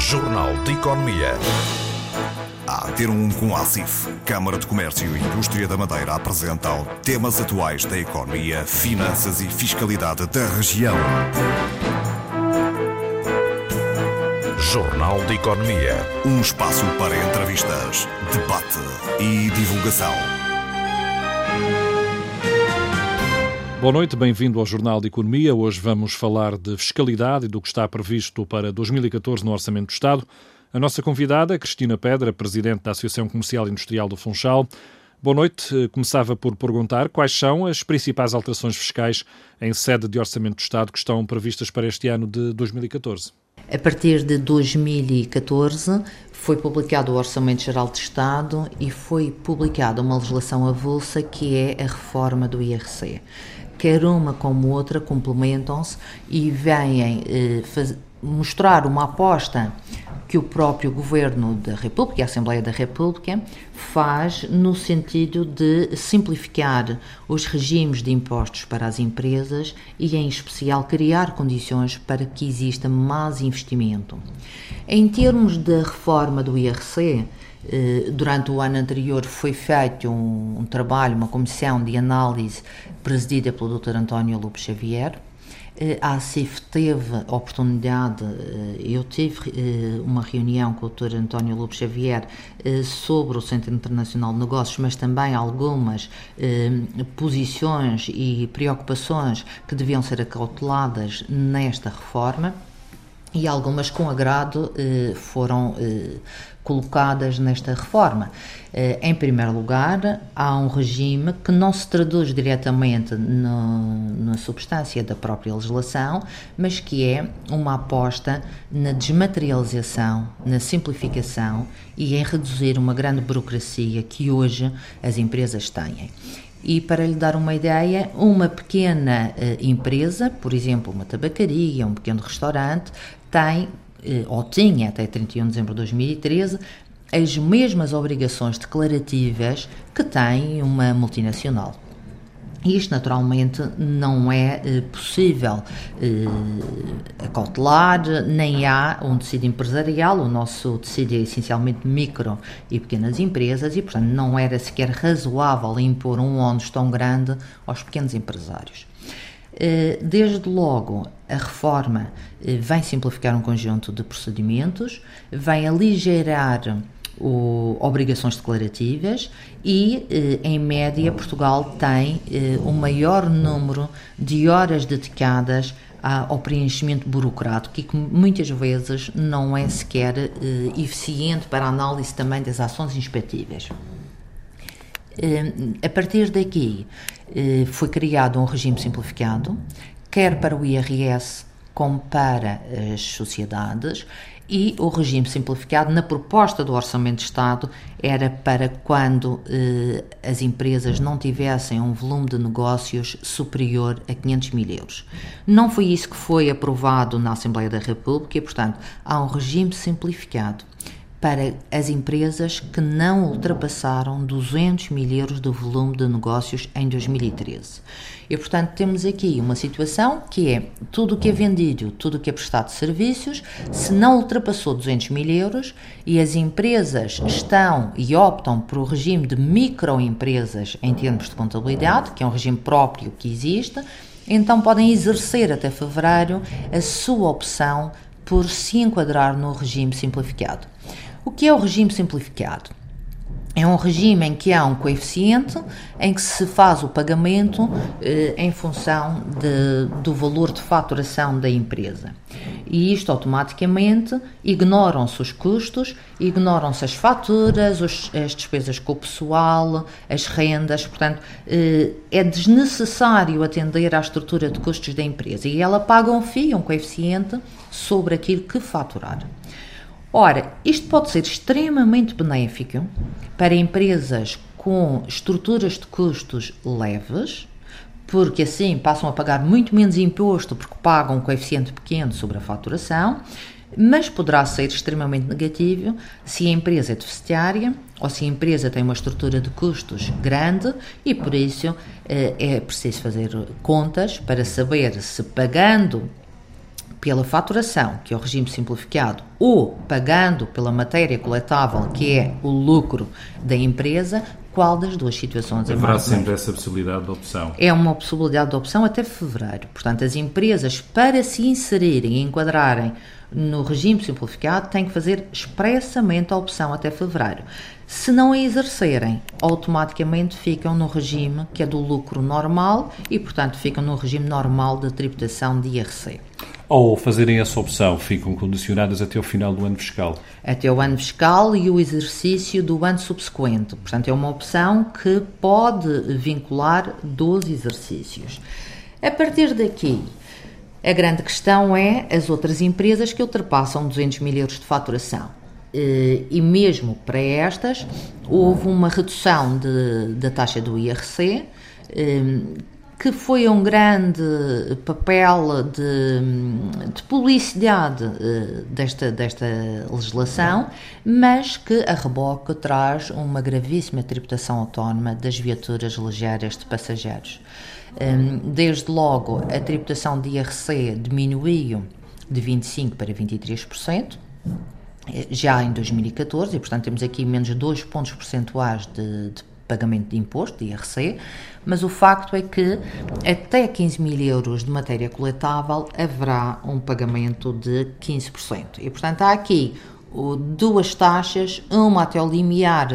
Jornal de Economia. A ter com a ACIF, Câmara de Comércio e Indústria da Madeira, apresentam temas atuais da economia, finanças e fiscalidade da região. Jornal de Economia. Um espaço para entrevistas, debate e divulgação. Boa noite, bem-vindo ao Jornal de Economia. Hoje vamos falar de fiscalidade e do que está previsto para 2014 no Orçamento do Estado. A nossa convidada, Cristina Pedra, Presidente da Associação Comercial e Industrial do Funchal. Boa noite. Começava por perguntar quais são as principais alterações fiscais em sede de Orçamento do Estado que estão previstas para este ano de 2014. A partir de 2014 foi publicado o Orçamento Geral de Estado e foi publicada uma legislação avulsa que é a reforma do IRC. Quer uma como outra complementam-se e vêm mostrar uma aposta que o próprio Governo da República e a Assembleia da República faz no sentido de simplificar os regimes de impostos para as empresas e, em especial, criar condições para que exista mais investimento. Em termos da reforma do IRC, durante o ano anterior foi feito um trabalho, uma comissão de análise presidida pelo Dr. António Lobo Xavier. A ACIF teve a oportunidade, eu tive uma reunião com o Dr. António Lobo Xavier sobre o Centro Internacional de Negócios, mas também algumas posições e preocupações que deviam ser acauteladas nesta reforma e algumas com agrado foram colocadas nesta reforma. Em primeiro lugar, há um regime que não se traduz diretamente na substância da própria legislação, mas que é uma aposta na desmaterialização, na simplificação e em reduzir uma grande burocracia que hoje as empresas têm. E para lhe dar uma ideia, uma pequena empresa, por exemplo, uma tabacaria, um pequeno restaurante, tem ou tinha até 31 de dezembro de 2013 as mesmas obrigações declarativas que tem uma multinacional. Isto naturalmente não é possível acautelar, nem há um tecido empresarial, o nosso tecido é essencialmente micro e pequenas empresas e, portanto, não era sequer razoável impor um ónus tão grande aos pequenos empresários. Desde logo, a reforma vem simplificar um conjunto de procedimentos, vem aligeirar obrigações declarativas e, em média, Portugal tem o maior número de horas dedicadas ao preenchimento burocrático e que muitas vezes não é sequer eficiente para a análise também das ações inspectivas. A partir daqui foi criado um regime simplificado, quer para o IRS como para as sociedades, e o regime simplificado na proposta do Orçamento de Estado era para quando as empresas não tivessem um volume de negócios superior a 500 mil euros. Não foi isso que foi aprovado na Assembleia da República e, portanto, há um regime simplificado para as empresas que não ultrapassaram 200 mil euros de volume de negócios em 2013. E, portanto, temos aqui uma situação que é tudo o que é vendido, tudo o que é prestado de serviços, se não ultrapassou 200 mil euros e as empresas estão e optam por o regime de microempresas em termos de contabilidade, que é um regime próprio que existe, então podem exercer até fevereiro a sua opção por se enquadrar no regime simplificado. O que é o regime simplificado? É um regime em que há um coeficiente em que se faz o pagamento em função do valor de faturação da empresa. E isto automaticamente ignoram-se os custos, ignoram-se as faturas, as despesas com o pessoal, as rendas. Portanto, é desnecessário atender à estrutura de custos da empresa e ela paga um FII, um coeficiente, sobre aquilo que faturar. Ora, isto pode ser extremamente benéfico para empresas com estruturas de custos leves, porque assim passam a pagar muito menos imposto porque pagam um coeficiente pequeno sobre a faturação, mas poderá ser extremamente negativo se a empresa é deficitária ou se a empresa tem uma estrutura de custos grande e, por isso, é preciso fazer contas para saber se pagando pela faturação, que é o regime simplificado, ou pagando pela matéria coletável, que é o lucro da empresa, qual das duas situações é mais? Haverá sempre essa possibilidade de opção. É uma possibilidade de opção até fevereiro. Portanto, as empresas, para se inserirem e enquadrarem no regime simplificado, têm que fazer expressamente a opção até fevereiro. Se não a exercerem, automaticamente ficam no regime que é do lucro normal e, portanto, ficam no regime normal de tributação de IRC. Ou fazerem essa opção, ficam condicionadas até o final do ano fiscal. Até o ano fiscal e o exercício do ano subsequente. Portanto, é uma opção que pode vincular 12 exercícios. A partir daqui, a grande questão é as outras empresas que ultrapassam 200 mil euros de faturação. E mesmo para estas, houve uma redução da taxa do IRC, que foi um grande papel de publicidade desta legislação, mas que a reboque traz uma gravíssima tributação autónoma das viaturas ligeiras de passageiros. Desde logo, a tributação de IRC diminuiu de 25% para 23%, já em 2014, e portanto temos aqui menos 2 pontos percentuais de pagamento de imposto, de IRC, mas o facto é que até 15 mil euros de matéria coletável haverá um pagamento de 15%. E portanto há aqui duas taxas, uma até o limiar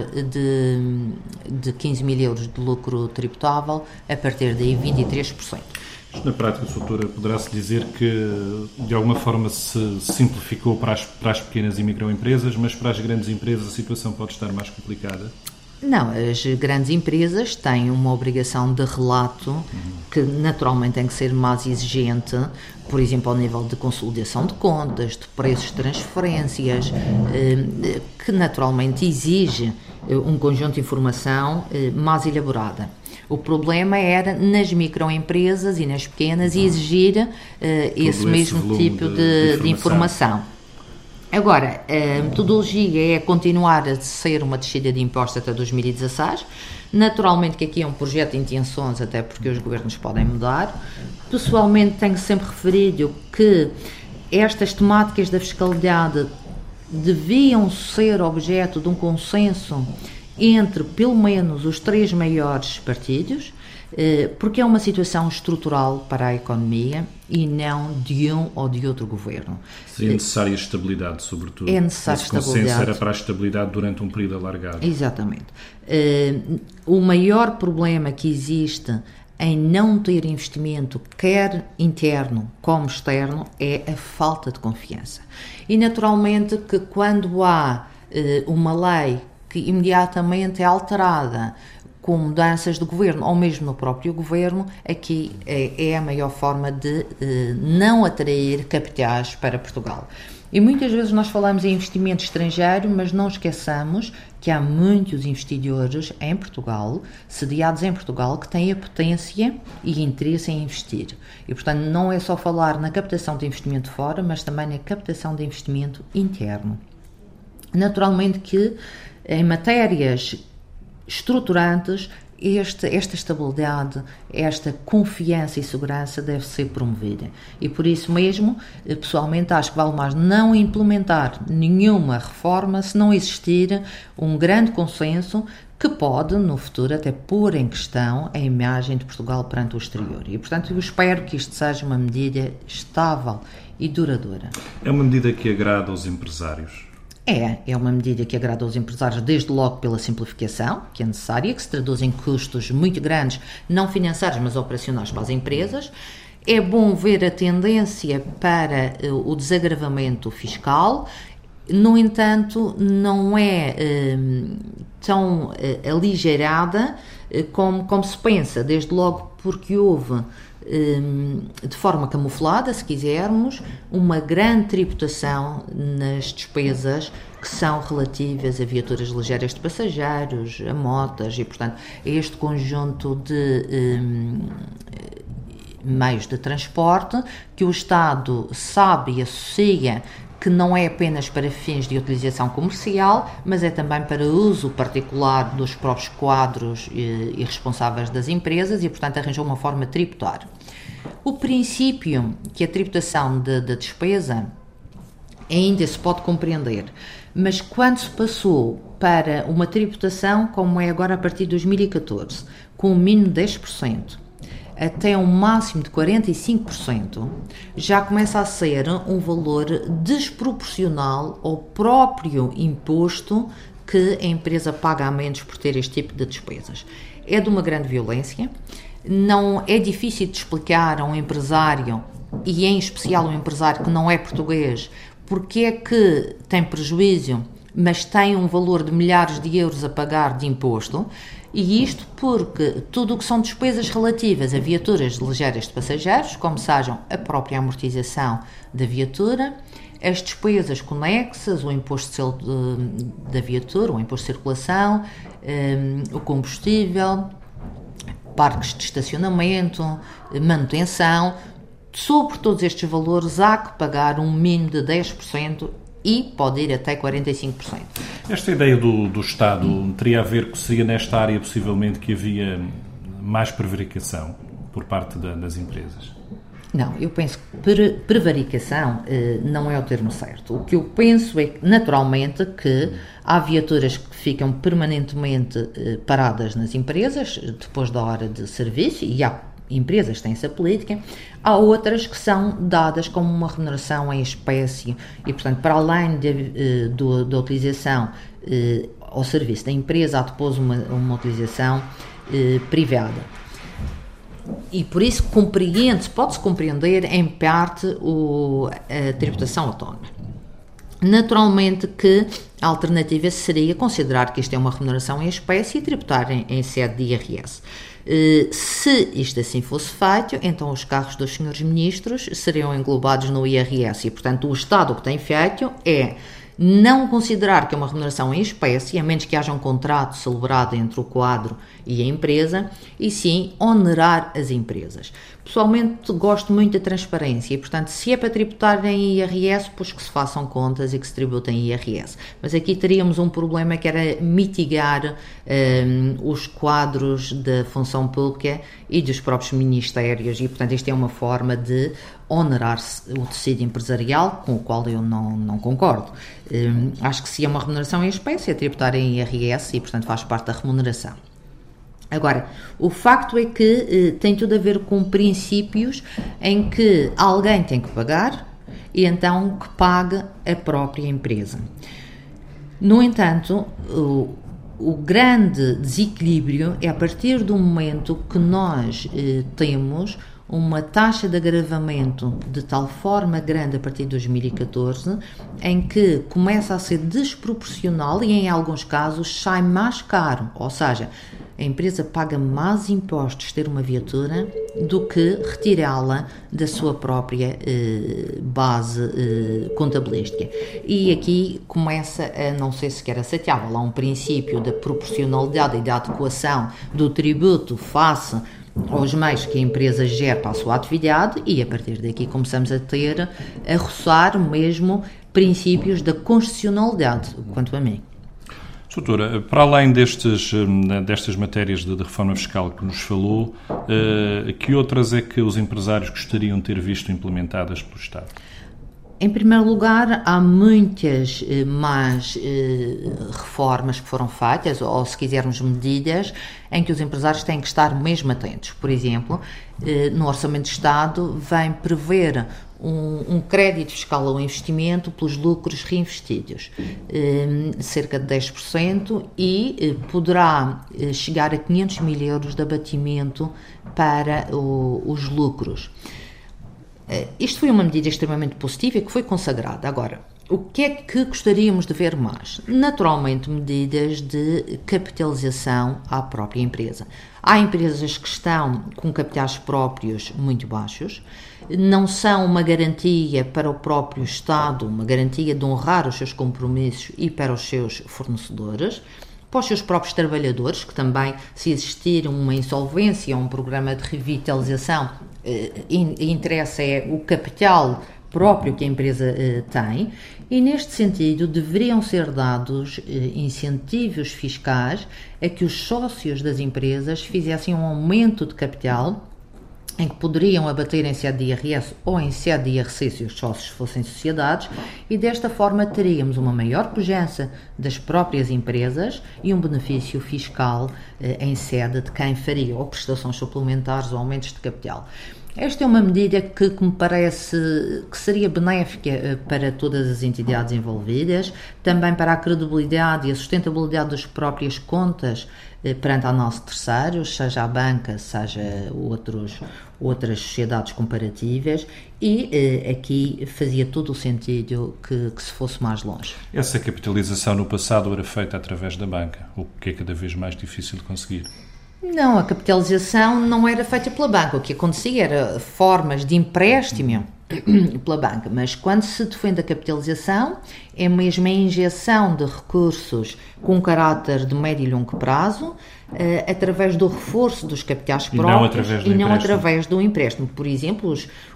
de 15 mil euros de lucro tributável, a partir daí 23%. Na prática, doutora, poderá-se dizer que de alguma forma se simplificou para as pequenas e microempresas, mas para as grandes empresas a situação pode estar mais complicada? Não, as grandes empresas têm uma obrigação de relato que naturalmente tem que ser mais exigente, por exemplo, ao nível de consolidação de contas, de preços de transferências, que naturalmente exige um conjunto de informação mais elaborada. O problema era nas microempresas e nas pequenas exigir esse mesmo tipo de informação. Agora, a metodologia é continuar a ser uma descida de impostos até 2016. Naturalmente que aqui é um projeto de intenções, até porque os governos podem mudar. Pessoalmente tenho sempre referido que estas temáticas da fiscalidade deviam ser objeto de um consenso entre, pelo menos, os 3 maiores partidos, porque é uma situação estrutural para a economia e não de um ou de outro governo. Seria necessária estabilidade, sobretudo. É necessária estabilidade. Esse consenso era para a estabilidade durante um período alargado. Exatamente. O maior problema que existe em não ter investimento, quer interno como externo, é a falta de confiança. E naturalmente que quando há uma lei que imediatamente é alterada com mudanças de governo, ou mesmo no próprio governo, aqui é a maior forma de não atrair capitais para Portugal. E muitas vezes nós falamos em investimento estrangeiro, mas não esqueçamos que há muitos investidores em Portugal, sediados em Portugal, que têm a potência e interesse em investir. E, portanto, não é só falar na captação de investimento fora, mas também na captação de investimento interno. Naturalmente que em matérias estruturantes, esta estabilidade, esta confiança e segurança deve ser promovida. E por isso mesmo, pessoalmente, acho que vale mais não implementar nenhuma reforma se não existir um grande consenso que pode, no futuro, até pôr em questão a imagem de Portugal perante o exterior. E, portanto, eu espero que isto seja uma medida estável e duradoura. É uma medida que agrada aos empresários? É uma medida que agrada aos empresários desde logo pela simplificação, que é necessária, que se traduz em custos muito grandes, não financeiros, mas operacionais para as empresas. É bom ver a tendência para o desagravamento fiscal. No entanto, não é tão aligeirada como se pensa, desde logo porque houve, de forma camuflada, se quisermos, uma grande tributação nas despesas que são relativas a viaturas ligeiras de passageiros, a motas e, portanto, a este conjunto de meios de transporte que o Estado sabe e associa que não é apenas para fins de utilização comercial, mas é também para uso particular dos próprios quadros e responsáveis das empresas e, portanto, arranjou uma forma de tributar. O princípio que a tributação da despesa ainda se pode compreender, mas quando se passou para uma tributação, como é agora a partir de 2014, com um mínimo de 10%, até um máximo de 45%, já começa a ser um valor desproporcional ao próprio imposto que a empresa paga a menos por ter este tipo de despesas. É de uma grande violência, não é difícil de explicar a um empresário, e em especial um empresário que não é português, porque é que tem prejuízo, mas tem um valor de milhares de euros a pagar de imposto, e isto porque tudo o que são despesas relativas a viaturas ligeiras de passageiros, como sejam a própria amortização da viatura, as despesas conexas, o imposto de selo da viatura, o imposto de circulação, o combustível, parques de estacionamento, manutenção, sobre todos estes valores há que pagar um mínimo de 10% e pode ir até 45%. Esta ideia do Estado teria a ver que seria nesta área possivelmente que havia mais prevaricação por parte das empresas? Não, eu penso que prevaricação não é o termo certo. O que eu penso é que, naturalmente, que há viaturas que ficam permanentemente paradas nas empresas depois da hora de serviço, e há empresas que têm essa política, há outras que são dadas como uma remuneração em espécie e, portanto, para além da utilização ao serviço da empresa, há depois uma utilização privada. E por isso pode-se compreender em parte a tributação autónoma. Naturalmente que a alternativa seria considerar que isto é uma remuneração em espécie e tributar em sede de IRS. Se isto assim fosse feito, então os carros dos senhores ministros seriam englobados no IRS e, portanto, o Estado o que tem feito é não considerar que é uma remuneração em espécie, a menos que haja um contrato celebrado entre o quadro e a empresa, e sim onerar as empresas. Pessoalmente gosto muito da transparência e, portanto, se é para tributar em IRS, pois que se façam contas e que se tributem em IRS. Mas aqui teríamos um problema que era mitigar os quadros da função pública e dos próprios ministérios e, portanto, isto é uma forma de onerar o tecido empresarial, com o qual eu não concordo. Acho que se é uma remuneração em espécie, é tributar em IRS e, portanto, faz parte da remuneração. Agora, o facto é que tem tudo a ver com princípios em que alguém tem que pagar e então que pague a própria empresa. No entanto, o grande desequilíbrio é a partir do momento que nós temos uma taxa de agravamento de tal forma grande a partir de 2014, em que começa a ser desproporcional e em alguns casos sai mais caro, ou seja, a empresa paga mais impostos ter uma viatura do que retirá-la da sua própria base contabilística. E aqui começa a não ser sequer aceitável. Há um princípio da proporcionalidade e da adequação do tributo face aos meios que a empresa gera para a sua atividade e a partir daqui começamos a roçar mesmo princípios da constitucionalidade, quanto a mim. Doutora, para além destas matérias de reforma fiscal que nos falou, que outras é que os empresários gostariam de ter visto implementadas pelo Estado? Em primeiro lugar, há muitas mais reformas que foram feitas, ou se quisermos medidas, em que os empresários têm que estar mesmo atentos. Por exemplo, no Orçamento de Estado vem prever um crédito fiscal ao investimento pelos lucros reinvestidos, cerca de 10%, e poderá chegar a 500 mil euros de abatimento para os lucros. Isto foi uma medida extremamente positiva e que foi consagrada. Agora, o que é que gostaríamos de ver mais? Naturalmente, medidas de capitalização à própria empresa. Há empresas que estão com capitais próprios muito baixos, não são uma garantia para o próprio Estado, uma garantia de honrar os seus compromissos e para os seus fornecedores, para os seus próprios trabalhadores, que também, se existir uma insolvência ou um programa de revitalização, interessa é o capital próprio que a empresa tem, e neste sentido deveriam ser dados incentivos fiscais a que os sócios das empresas fizessem um aumento de capital em que poderiam abater em sede de IRS ou em sede de IRC se os sócios fossem sociedades, e desta forma teríamos uma maior pujança das próprias empresas e um benefício fiscal em sede de quem faria ou prestações suplementares ou aumentos de capital. Esta é uma medida que me parece que seria benéfica para todas as entidades envolvidas, também para a credibilidade e a sustentabilidade das próprias contas perante a nós terceiros, seja a banca, seja outras sociedades comparativas, e aqui fazia todo o sentido que se fosse mais longe. Essa capitalização no passado era feita através da banca, o que é cada vez mais difícil de conseguir. Não, a capitalização não era feita pela banca. O que acontecia era formas de empréstimo pela banca, mas quando se defende a capitalização é mesmo a injeção de recursos com caráter de médio e longo prazo, através do reforço dos capitais próprios e não através do empréstimo. Por exemplo,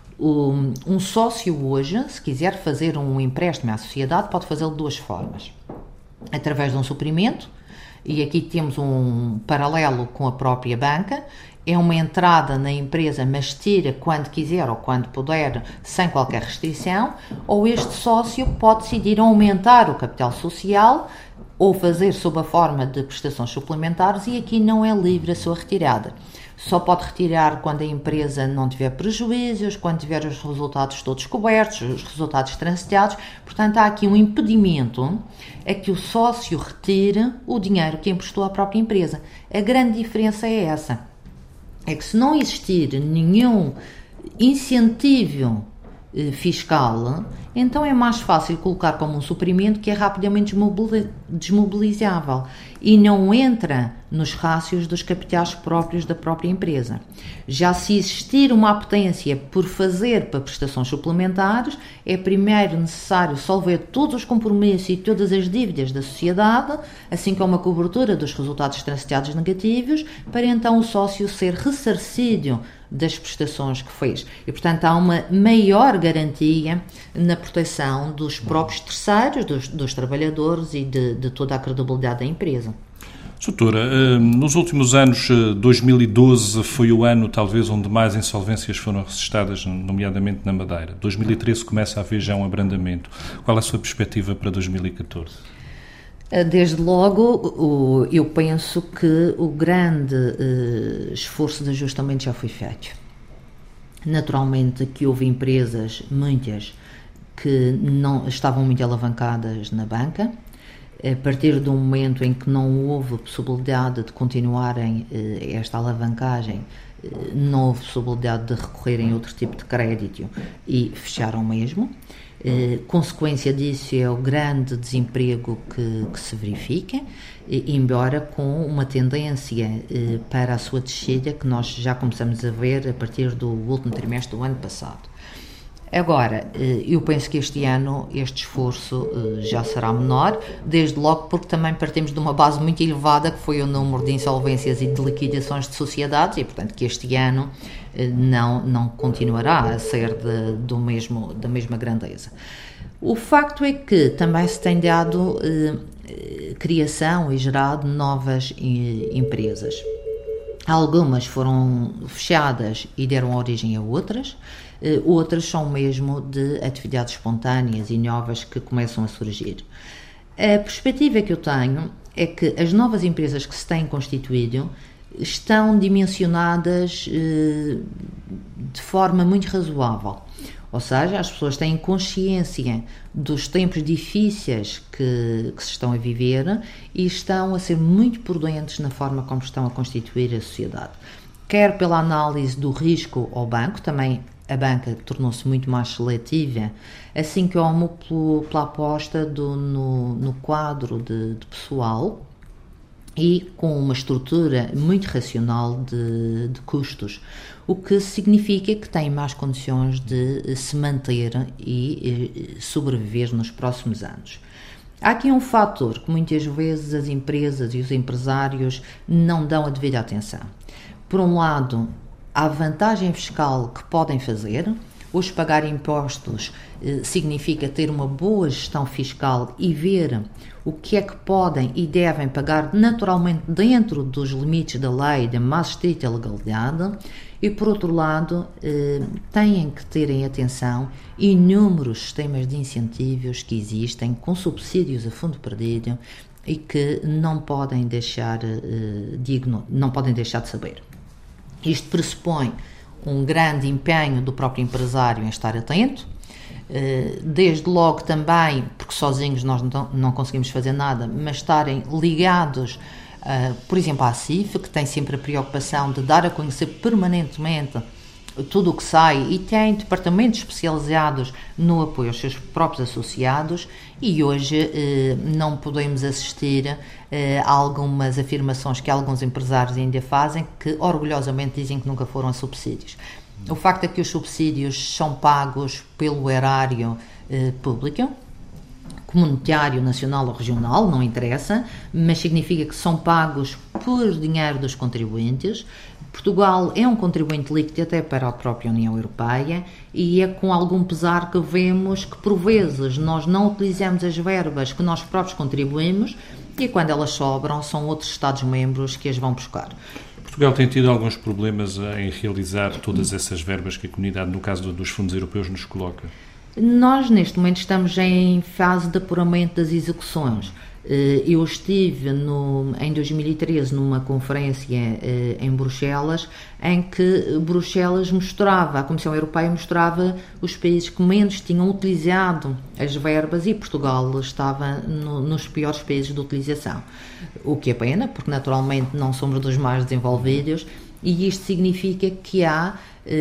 um sócio hoje, se quiser fazer um empréstimo à sociedade, pode fazê-lo de duas formas. Através de um suprimento, e aqui temos um paralelo com a própria banca, é uma entrada na empresa, mas tira quando quiser ou quando puder, sem qualquer restrição, ou este sócio pode decidir aumentar o capital social ou fazer sob a forma de prestações suplementares, e aqui não é livre a sua retirada. Só pode retirar quando a empresa não tiver prejuízos, quando tiver os resultados todos cobertos, os resultados transitados. Portanto, há aqui um impedimento a que o sócio retire o dinheiro que emprestou à própria empresa. A grande diferença é essa. É que se não existir nenhum incentivo fiscal, então é mais fácil colocar como um suprimento que é rapidamente desmobilizável e não entra nos rácios dos capitais próprios da própria empresa. Já se existir uma apetência por fazer para prestações suplementares, é primeiro necessário solver todos os compromissos e todas as dívidas da sociedade, assim como a cobertura dos resultados transitados negativos, para então o sócio ser ressarcido das prestações que fez. E, portanto, há uma maior garantia na proteção dos próprios terceiros, dos trabalhadores e de toda a credibilidade da empresa. Doutora, nos últimos anos, 2012 foi o ano, talvez, onde mais insolvências foram registadas, nomeadamente na Madeira. 2013 começa a haver já um abrandamento. Qual é a sua perspectiva para 2014? Desde logo, eu penso que o grande esforço de ajustamento já foi feito. Naturalmente que houve empresas, muitas, que não estavam muito alavancadas na banca. A partir do momento em que não houve possibilidade de continuarem esta alavancagem, não houve possibilidade de recorrerem a outro tipo de crédito e fecharam mesmo. Consequência disso é o grande desemprego que se verifica, embora com uma tendência para a sua descida que nós já começamos a ver a partir do último trimestre do ano passado. Agora, eu penso que este ano este esforço já será menor, desde logo porque também partimos de uma base muito elevada, que foi o número de insolvências e de liquidações de sociedades, e portanto que este ano não continuará a ser da mesma grandeza. O facto é que também se tem dado criação e gerado novas empresas. Algumas foram fechadas e deram origem a outras, outras são mesmo de atividades espontâneas e novas que começam a surgir. A perspectiva que eu tenho é que as novas empresas que se têm constituído estão dimensionadas de forma muito razoável. Ou seja, as pessoas têm consciência dos tempos difíceis que se estão a viver e estão a ser muito prudentes na forma como estão a constituir a sociedade. Quer pela análise do risco ao banco, também a banca tornou-se muito mais seletiva, assim como pela aposta no quadro de pessoal e com uma estrutura muito racional de custos, o que significa que tem mais condições de se manter e sobreviver nos próximos anos. Há aqui um fator que muitas vezes as empresas e os empresários não dão a devida atenção. Por um lado, há a vantagem fiscal que podem fazer. Hoje pagar impostos significa ter uma boa gestão fiscal e ver o que é que podem e devem pagar naturalmente dentro dos limites da lei, da mais estrita legalidade. e, por outro lado, têm que ter em atenção inúmeros sistemas de incentivos que existem, com subsídios a fundo perdido, e que não podem deixar de saber. Isto pressupõe um grande empenho do próprio empresário em estar atento, desde logo também, porque sozinhos nós não conseguimos fazer nada, mas estarem ligados, por exemplo, à CIF, que tem sempre a preocupação de dar a conhecer permanentemente tudo o que sai, e tem departamentos especializados no apoio aos seus próprios associados, e hoje não podemos assistir a algumas afirmações que alguns empresários ainda fazem, que orgulhosamente dizem que nunca foram a subsídios. O facto é que os subsídios são pagos pelo erário público, comunitário, nacional ou regional, não interessa, mas significa que são pagos por dinheiro dos contribuintes. Portugal é um contribuinte líquido até para a própria União Europeia, e é com algum pesar que vemos que, por vezes, nós não utilizamos as verbas que nós próprios contribuímos, e quando elas sobram, são outros Estados-membros que as vão buscar. Portugal tem tido alguns problemas em realizar todas essas verbas que a comunidade, no caso dos fundos europeus, nos coloca. Nós, neste momento, estamos em fase de apuramento das execuções. Eu estive em 2013 numa conferência em Bruxelas, em que Bruxelas mostrava, a Comissão Europeia mostrava os países que menos tinham utilizado as verbas, e Portugal estava nos piores países de utilização. O que é pena, porque naturalmente não somos dos mais desenvolvidos, e isto significa que há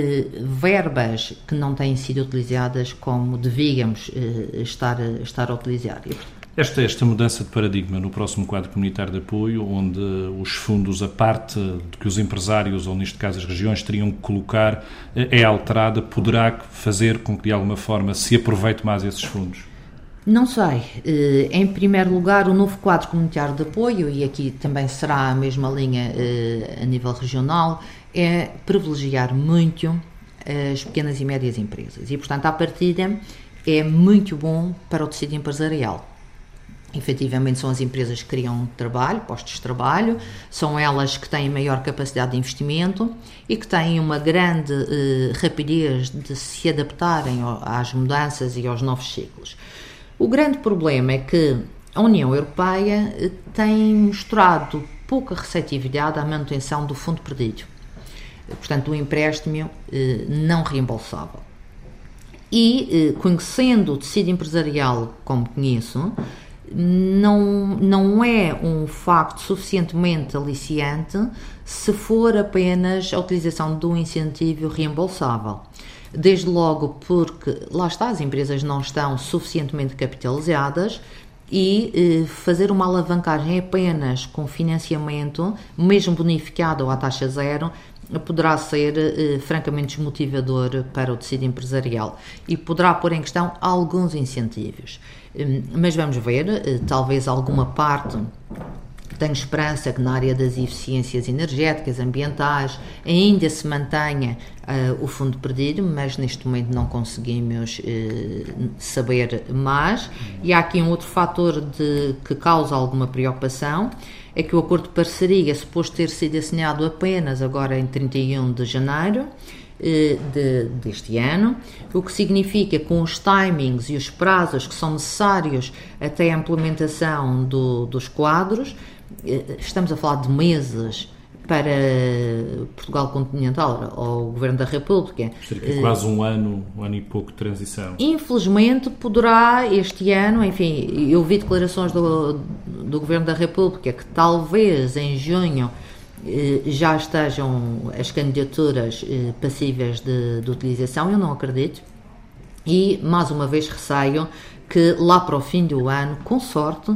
verbas que não têm sido utilizadas como devíamos estar a utilizar. Esta mudança de paradigma no próximo quadro comunitário de apoio, onde os fundos, a parte de que os empresários, ou neste caso as regiões, teriam que colocar, é alterada, poderá fazer com que de alguma forma se aproveite mais esses fundos? Não sei. Em primeiro lugar, o novo quadro comunitário de apoio, e aqui também será a mesma linha a nível regional, é privilegiar muito as pequenas e médias empresas. E, portanto, à partida, é muito bom para o tecido empresarial. Efetivamente, são as empresas que criam trabalho, postos de trabalho, são elas que têm maior capacidade de investimento e que têm uma grande rapidez de se adaptarem às mudanças e aos novos ciclos. O grande problema é que a União Europeia tem mostrado pouca receptividade à manutenção do fundo perdido, portanto, do empréstimo não reembolsável. E, conhecendo o tecido empresarial como conheço, não é um facto suficientemente aliciante se for apenas a utilização do incentivo reembolsável. Desde logo porque, lá está, as empresas não estão suficientemente capitalizadas, e fazer uma alavancagem apenas com financiamento, mesmo bonificado ou à taxa zero, poderá ser francamente desmotivador para o tecido empresarial e poderá pôr em questão alguns incentivos. Mas vamos ver, talvez alguma parte, tenho esperança que na área das eficiências energéticas, ambientais, ainda se mantenha o fundo perdido, mas neste momento não conseguimos saber mais. E há aqui um outro fator que causa alguma preocupação, é que o acordo de parceria é suposto ter sido assinado apenas agora em 31 de janeiro deste ano, o que significa que com os timings e os prazos que são necessários até a implementação dos quadros, estamos a falar de meses para Portugal continental ou o Governo da República. Cerca de quase um ano e pouco de transição. Infelizmente poderá este ano, enfim, eu vi declarações do Governo da República que talvez em junho já estejam as candidaturas passíveis de utilização. Eu não acredito, e mais uma vez receio que lá para o fim do ano, com sorte,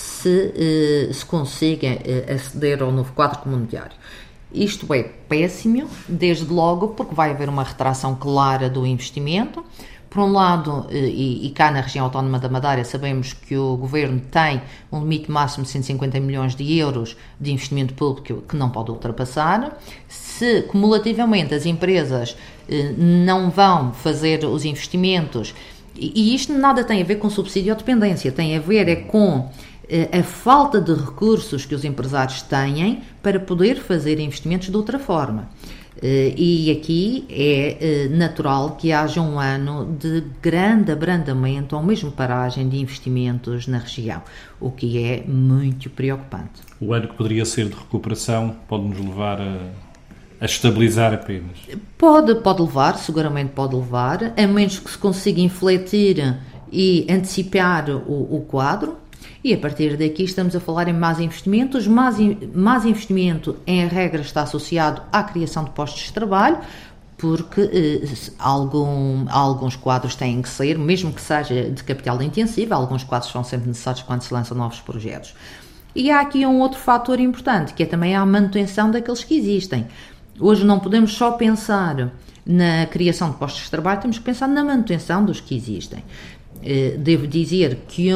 se consiga aceder ao novo quadro comunitário. Isto é péssimo, desde logo, porque vai haver uma retração clara do investimento. Por um lado, e cá na região autónoma da Madeira, sabemos que o Governo tem um limite máximo de 150 milhões de euros de investimento público que não pode ultrapassar. Se, cumulativamente, as empresas não vão fazer os investimentos, e isto nada tem a ver com subsídio ou dependência, tem a ver com a falta de recursos que os empresários têm para poder fazer investimentos de outra forma. E aqui é natural que haja um ano de grande abrandamento ou mesmo paragem de investimentos na região, o que é muito preocupante. O ano que poderia ser de recuperação pode nos levar a estabilizar apenas? Pode levar, seguramente pode levar, a menos que se consiga infletir e antecipar o quadro. E a partir daqui estamos a falar em mais investimentos. Mais investimento, em regra, está associado à criação de postos de trabalho, porque alguns quadros têm que sair, mesmo que seja de capital intensivo, alguns quadros são sempre necessários quando se lançam novos projetos. E há aqui um outro fator importante, que é também a manutenção daqueles que existem. Hoje não podemos só pensar na criação de postos de trabalho, temos que pensar na manutenção dos que existem. Devo dizer que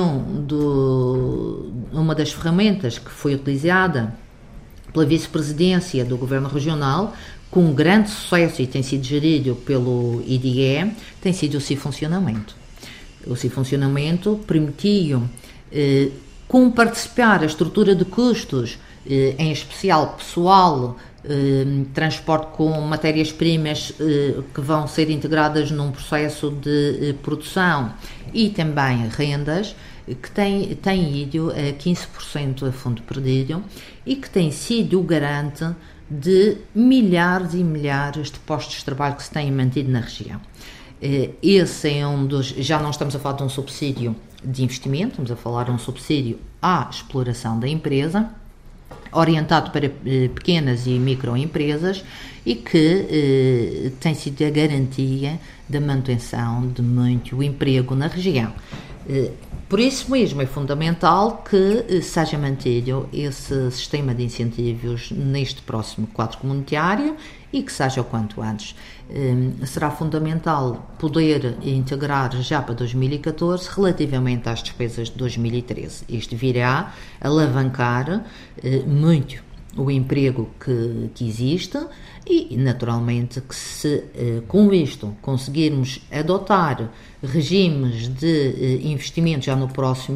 uma das ferramentas que foi utilizada pela vice-presidência do Governo Regional, com grande sucesso e tem sido gerido pelo IDE, tem sido o Cifuncionamento. O Cifuncionamento permitiu comparticipar a estrutura de custos, em especial pessoal, transporte com matérias-primas que vão ser integradas num processo de produção e também rendas, que tem ido a 15% a fundo perdido e que tem sido o garante de milhares e milhares de postos de trabalho que se têm mantido na região. Esse é um dos... Já não estamos a falar de um subsídio de investimento, estamos a falar de um subsídio à exploração da empresa, orientado para pequenas e microempresas e que tem sido a garantia da manutenção de muito emprego na região. Por isso mesmo é fundamental que seja mantido esse sistema de incentivos neste próximo quadro comunitário e que seja o quanto antes. Será fundamental poder integrar já para 2014 relativamente às despesas de 2013. Isto virá alavancar muito o emprego que existe e, naturalmente, que se com isto conseguirmos adotar regimes de investimento já no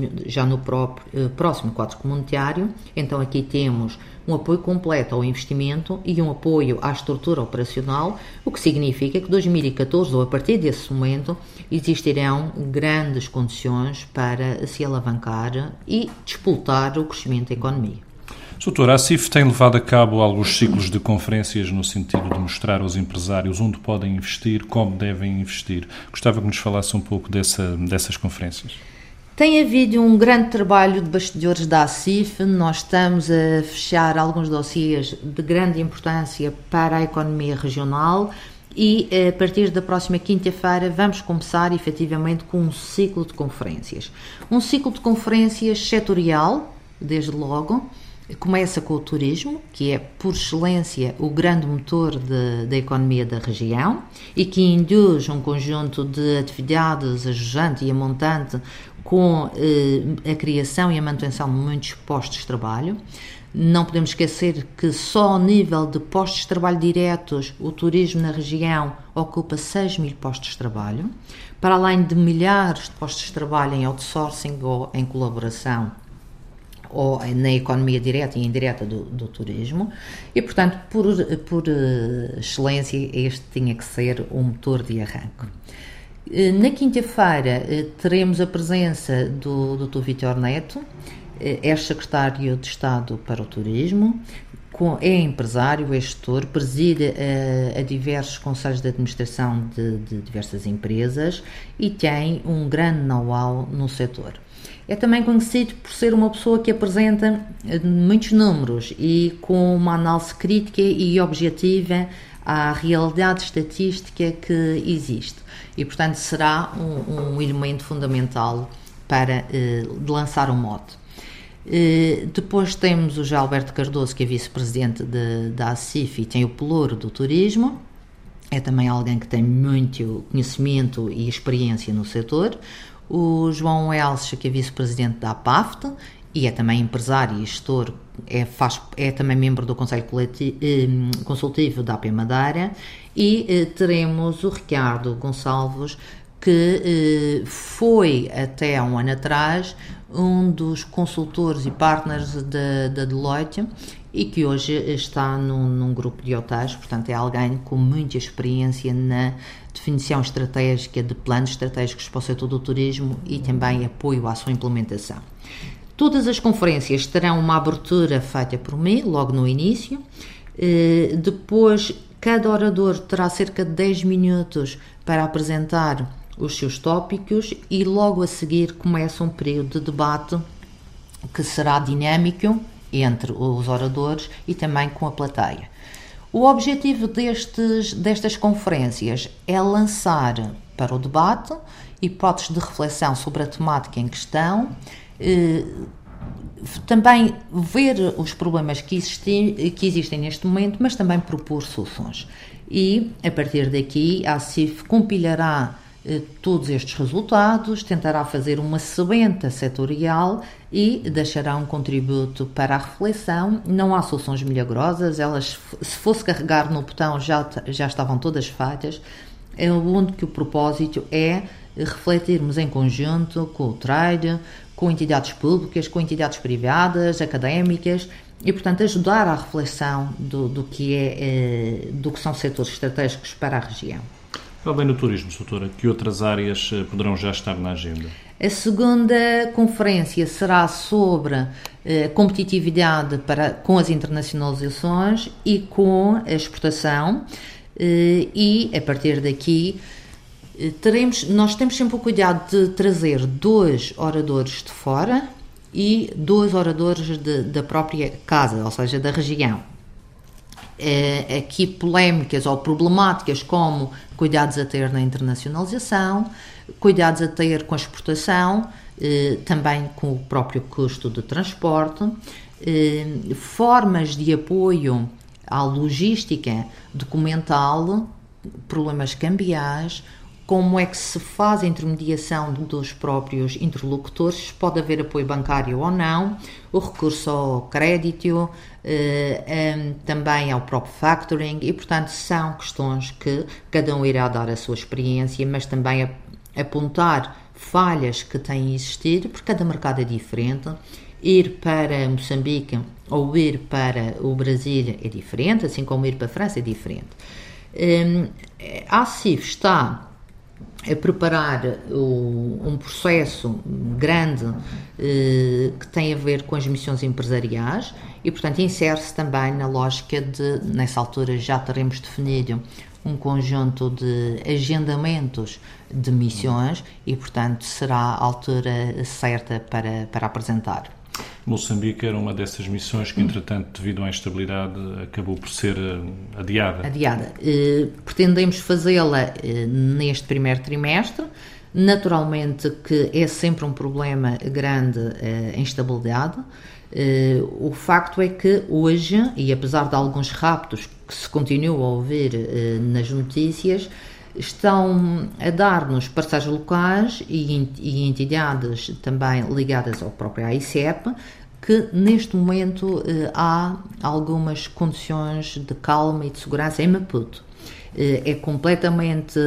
próximo quadro comunitário, então aqui temos um apoio completo ao investimento e um apoio à estrutura operacional, o que significa que 2014, ou a partir desse momento, existirão grandes condições para se alavancar e disputar o crescimento da economia. Doutor, a ACIF tem levado a cabo alguns ciclos de conferências no sentido de mostrar aos empresários onde podem investir, como devem investir. Gostava que nos falasse um pouco dessas conferências. Tem havido um grande trabalho de bastidores da ACIF. Nós estamos a fechar alguns dossiês de grande importância para a economia regional e a partir da próxima quinta-feira vamos começar efetivamente com um ciclo de conferências. Um ciclo de conferências setorial, desde logo. Começa com o turismo, que é, por excelência, o grande motor da economia da região e que induz um conjunto de atividades ajustante e amontante com a criação e a manutenção de muitos postos de trabalho. Não podemos esquecer que só ao nível de postos de trabalho diretos, o turismo na região ocupa 6.000 postos de trabalho, para além de milhares de postos de trabalho em outsourcing ou em colaboração ou na economia direta e indireta do turismo e, portanto, por excelência, este tinha que ser o motor de arranque. Na quinta-feira teremos a presença do Dr. Vítor Neto, ex-secretário de Estado para o Turismo, é empresário, é gestor, preside a diversos conselhos de administração de diversas empresas e tem um grande know-how no setor. É também conhecido por ser uma pessoa que apresenta muitos números e com uma análise crítica e objetiva à realidade estatística que existe. E, portanto, será um elemento fundamental para lançar um mote. Depois temos o José Alberto Cardoso, que é vice-presidente da ACIF e tem o pelouro do turismo. É também alguém que tem muito conhecimento e experiência no setor. O João Elsa, que é vice-presidente da APAFT e é também empresário e gestor, é também membro do Conselho Consultivo da AP Madeira. E teremos o Ricardo Gonçalves, que foi até há um ano atrás um dos consultores e partners da Deloitte e que hoje está num grupo de hotéis, portanto é alguém com muita experiência na definição estratégica de planos estratégicos para o setor do turismo e também apoio à sua implementação. Todas as conferências terão uma abertura feita por mim, logo no início, depois cada orador terá cerca de 10 minutos para apresentar os seus tópicos e logo a seguir começa um período de debate que será dinâmico entre os oradores e também com a plateia. O objetivo destas conferências é lançar para o debate hipóteses de reflexão sobre a temática em questão, também ver os problemas que existem neste momento, mas também propor soluções. E, a partir daqui, a ACIF compilará todos estes resultados, tentará fazer uma sebenta setorial e deixará um contributo para a reflexão. Não há soluções milagrosas, elas, se fosse carregar no botão, já estavam todas feitas. O único propósito é refletirmos em conjunto com o trade, com entidades públicas, com entidades privadas, académicas e, portanto, ajudar à reflexão do que são setores estratégicos para a região. Fala bem no turismo, doutora, que outras áreas poderão já estar na agenda? A segunda conferência será sobre competitividade com as internacionalizações e com a exportação e, a partir daqui, nós temos sempre o cuidado de trazer 2 oradores de fora e 2 oradores da própria casa, ou seja, da região. Aqui polémicas ou problemáticas como cuidados a ter na internacionalização, cuidados a ter com a exportação, também com o próprio custo de transporte, formas de apoio à logística documental, problemas cambiais, como é que se faz a intermediação dos próprios interlocutores, pode haver apoio bancário ou não, o recurso ao crédito, também ao próprio factoring e, portanto, são questões que cada um irá dar a sua experiência, mas também apontar falhas que têm existido, porque cada mercado é diferente. Ir para Moçambique ou ir para o Brasil é diferente, assim como ir para a França é diferente. A ACIF está a preparar um processo grande que tem a ver com as missões empresariais e, portanto, insere-se também na lógica de, nessa altura já teremos definido um conjunto de agendamentos de missões e, portanto, será a altura certa para apresentar. Moçambique era uma dessas missões que, entretanto, devido à instabilidade, acabou por ser adiada. Pretendemos fazê-la neste primeiro trimestre. Naturalmente que é sempre um problema grande a instabilidade. O facto é que hoje, e apesar de alguns raptos que se continuam a ouvir nas notícias, estão a dar-nos parceiros locais e entidades também ligadas ao próprio AICEP que neste momento há algumas condições de calma e de segurança em Maputo. É completamente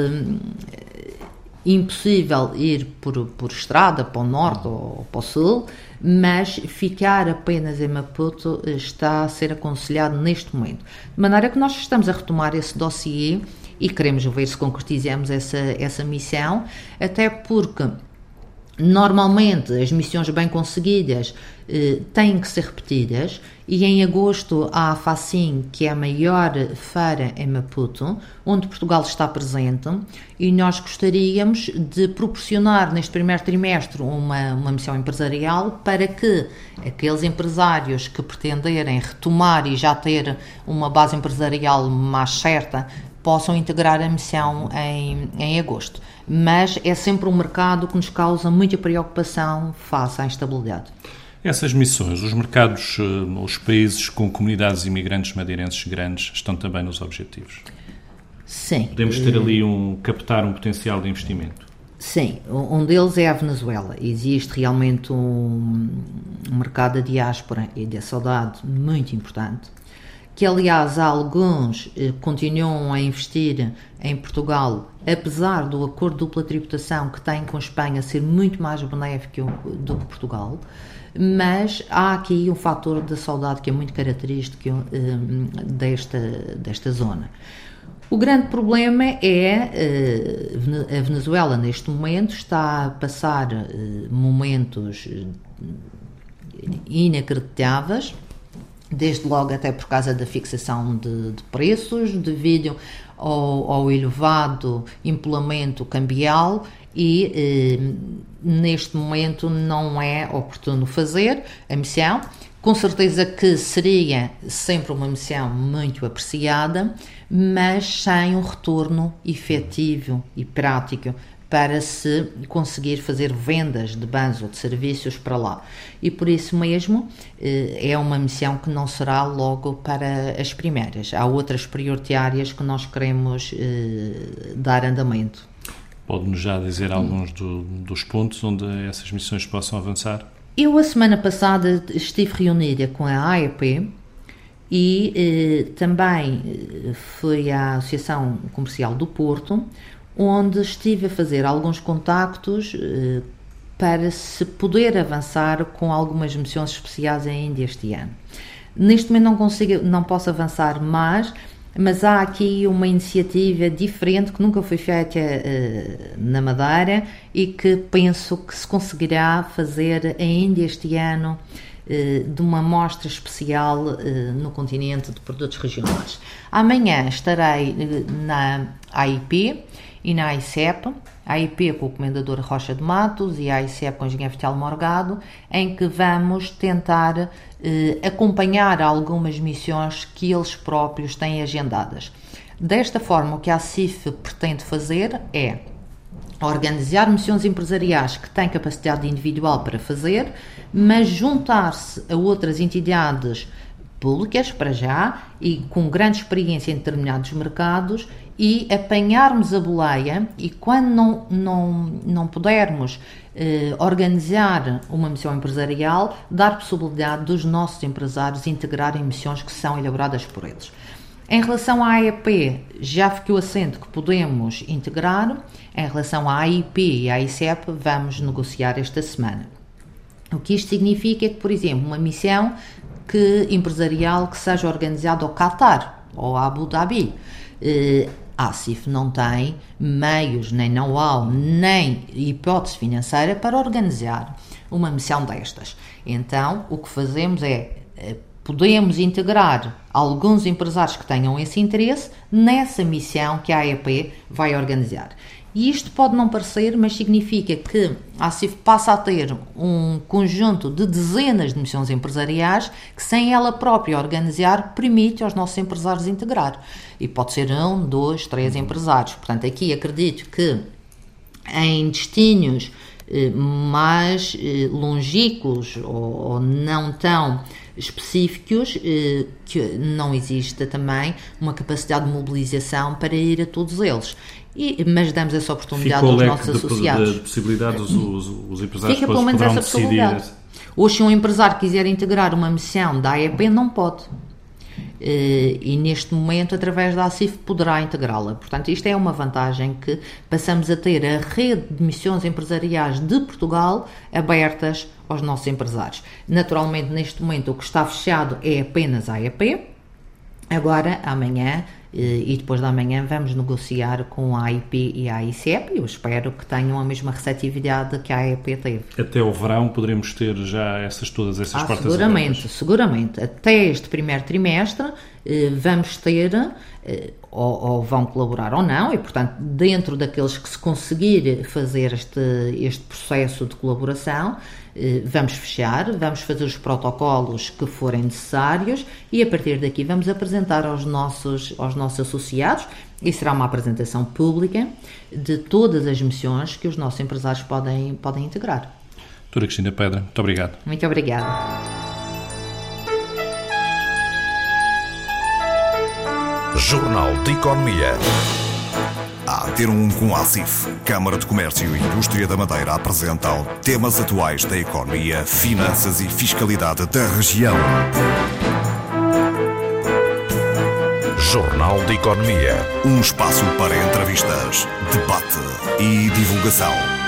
impossível ir por estrada para o norte ou para o sul, mas ficar apenas em Maputo está a ser aconselhado neste momento. De maneira que nós estamos a retomar esse dossiê e queremos ver se concretizamos essa missão, até porque normalmente as missões bem conseguidas têm que ser repetidas e em agosto há a FACIM, que é a maior feira em Maputo, onde Portugal está presente e nós gostaríamos de proporcionar neste primeiro trimestre uma missão empresarial para que aqueles empresários que pretenderem retomar e já ter uma base empresarial mais certa possam integrar a missão em agosto. Mas é sempre um mercado que nos causa muita preocupação face à instabilidade. Essas missões, os mercados, os países com comunidades imigrantes madeirenses grandes estão também nos objetivos? Sim. Podemos ter ali captar um potencial de investimento? Sim, um deles é a Venezuela. Existe realmente um mercado da diáspora e da saudade muito importante, que aliás alguns continuam a investir em Portugal, apesar do acordo de dupla tributação que tem com a Espanha ser muito mais benéfico do que Portugal. mas há aqui um fator da saudade que é muito característico desta zona. O grande problema é a Venezuela, neste momento, está a passar momentos inacreditáveis, desde logo até por causa da fixação de preços, devido ao elevado empolamento cambial, e neste momento não é oportuno fazer a missão. Com certeza que seria sempre uma missão muito apreciada, mas sem um retorno efetivo e prático para se conseguir fazer vendas de bens ou de serviços para lá. E por isso mesmo é uma missão que não será logo para as primeiras. Há outras prioritárias que nós queremos dar andamento. Pode-nos já dizer alguns dos pontos onde essas missões possam avançar? Eu, a semana passada, estive reunida com a AEP e também fui à Associação Comercial do Porto, onde estive a fazer alguns contactos para se poder avançar com algumas missões especiais ainda este ano. Neste momento não posso avançar mais, mas há aqui uma iniciativa diferente que nunca foi feita na Madeira e que penso que se conseguirá fazer ainda este ano de uma mostra especial no continente de produtos regionais. Amanhã estarei na AIP e na AICEP, a AIP com o Comendador Rocha de Matos e a AICEP com o Engenheiro Vital Morgado, em que vamos tentar acompanhar algumas missões que eles próprios têm agendadas. Desta forma, o que a ACIF pretende fazer é organizar missões empresariais que têm capacidade individual para fazer, mas juntar-se a outras entidades públicas, para já, e com grande experiência em determinados mercados, e apanharmos a boleia, e quando não pudermos organizar uma missão empresarial, dar possibilidade dos nossos empresários integrarem missões que são elaboradas por eles. Em relação à AEP, já ficou assente que podemos integrar. Em relação à AIP e à AICEP, vamos negociar esta semana. O que isto significa é que, por exemplo, uma missão empresarial que seja organizada ao Qatar ou à Abu Dhabi, a ACIF não tem meios, nem know-how, nem hipótese financeira para organizar uma missão destas. Então, o que fazemos é podemos integrar alguns empresários que tenham esse interesse nessa missão que a AEP vai organizar. E isto pode não parecer, mas significa que a ACIF passa a ter um conjunto de dezenas de missões empresariais que, sem ela própria organizar, permite aos nossos empresários integrar. E pode ser 1, 2, 3 empresários. Portanto, aqui acredito que em destinos mais longínquos ou não tão específicos, que não exista também uma capacidade de mobilização para ir a todos eles. Mas damos essa oportunidade aos nossos associados. De possibilidades, os empresários Fica pelo menos poderão essa possibilidade. decidir. Hoje, se um empresário quiser integrar uma missão da AEP, não pode. E neste momento, através da ACIF, poderá integrá-la. Portanto, isto é uma vantagem que passamos a ter a rede de missões empresariais de Portugal abertas aos nossos empresários. Naturalmente, neste momento, o que está fechado é apenas a AEP. Agora, amanhã e depois da manhã, vamos negociar com a AIP e a AICEP. Eu espero que tenham a mesma receptividade que a AEP teve. Até o verão poderemos ter já todas essas portas abertas? Seguramente. Até este primeiro trimestre vamos ter, ou vão colaborar ou não, e portanto, dentro daqueles que se conseguir fazer este processo de colaboração, vamos fechar, vamos fazer os protocolos que forem necessários e a partir daqui vamos apresentar aos nossos associados, e será uma apresentação pública de todas as missões que os nossos empresários podem integrar. Doutora Cristina Pedra, muito obrigado. Muito obrigada. Jornal de Economia. A ter com a ACIF, Câmara de Comércio e Indústria da Madeira, apresentam temas atuais da economia, finanças e fiscalidade da região. Jornal de Economia. Um espaço para entrevistas, debate e divulgação.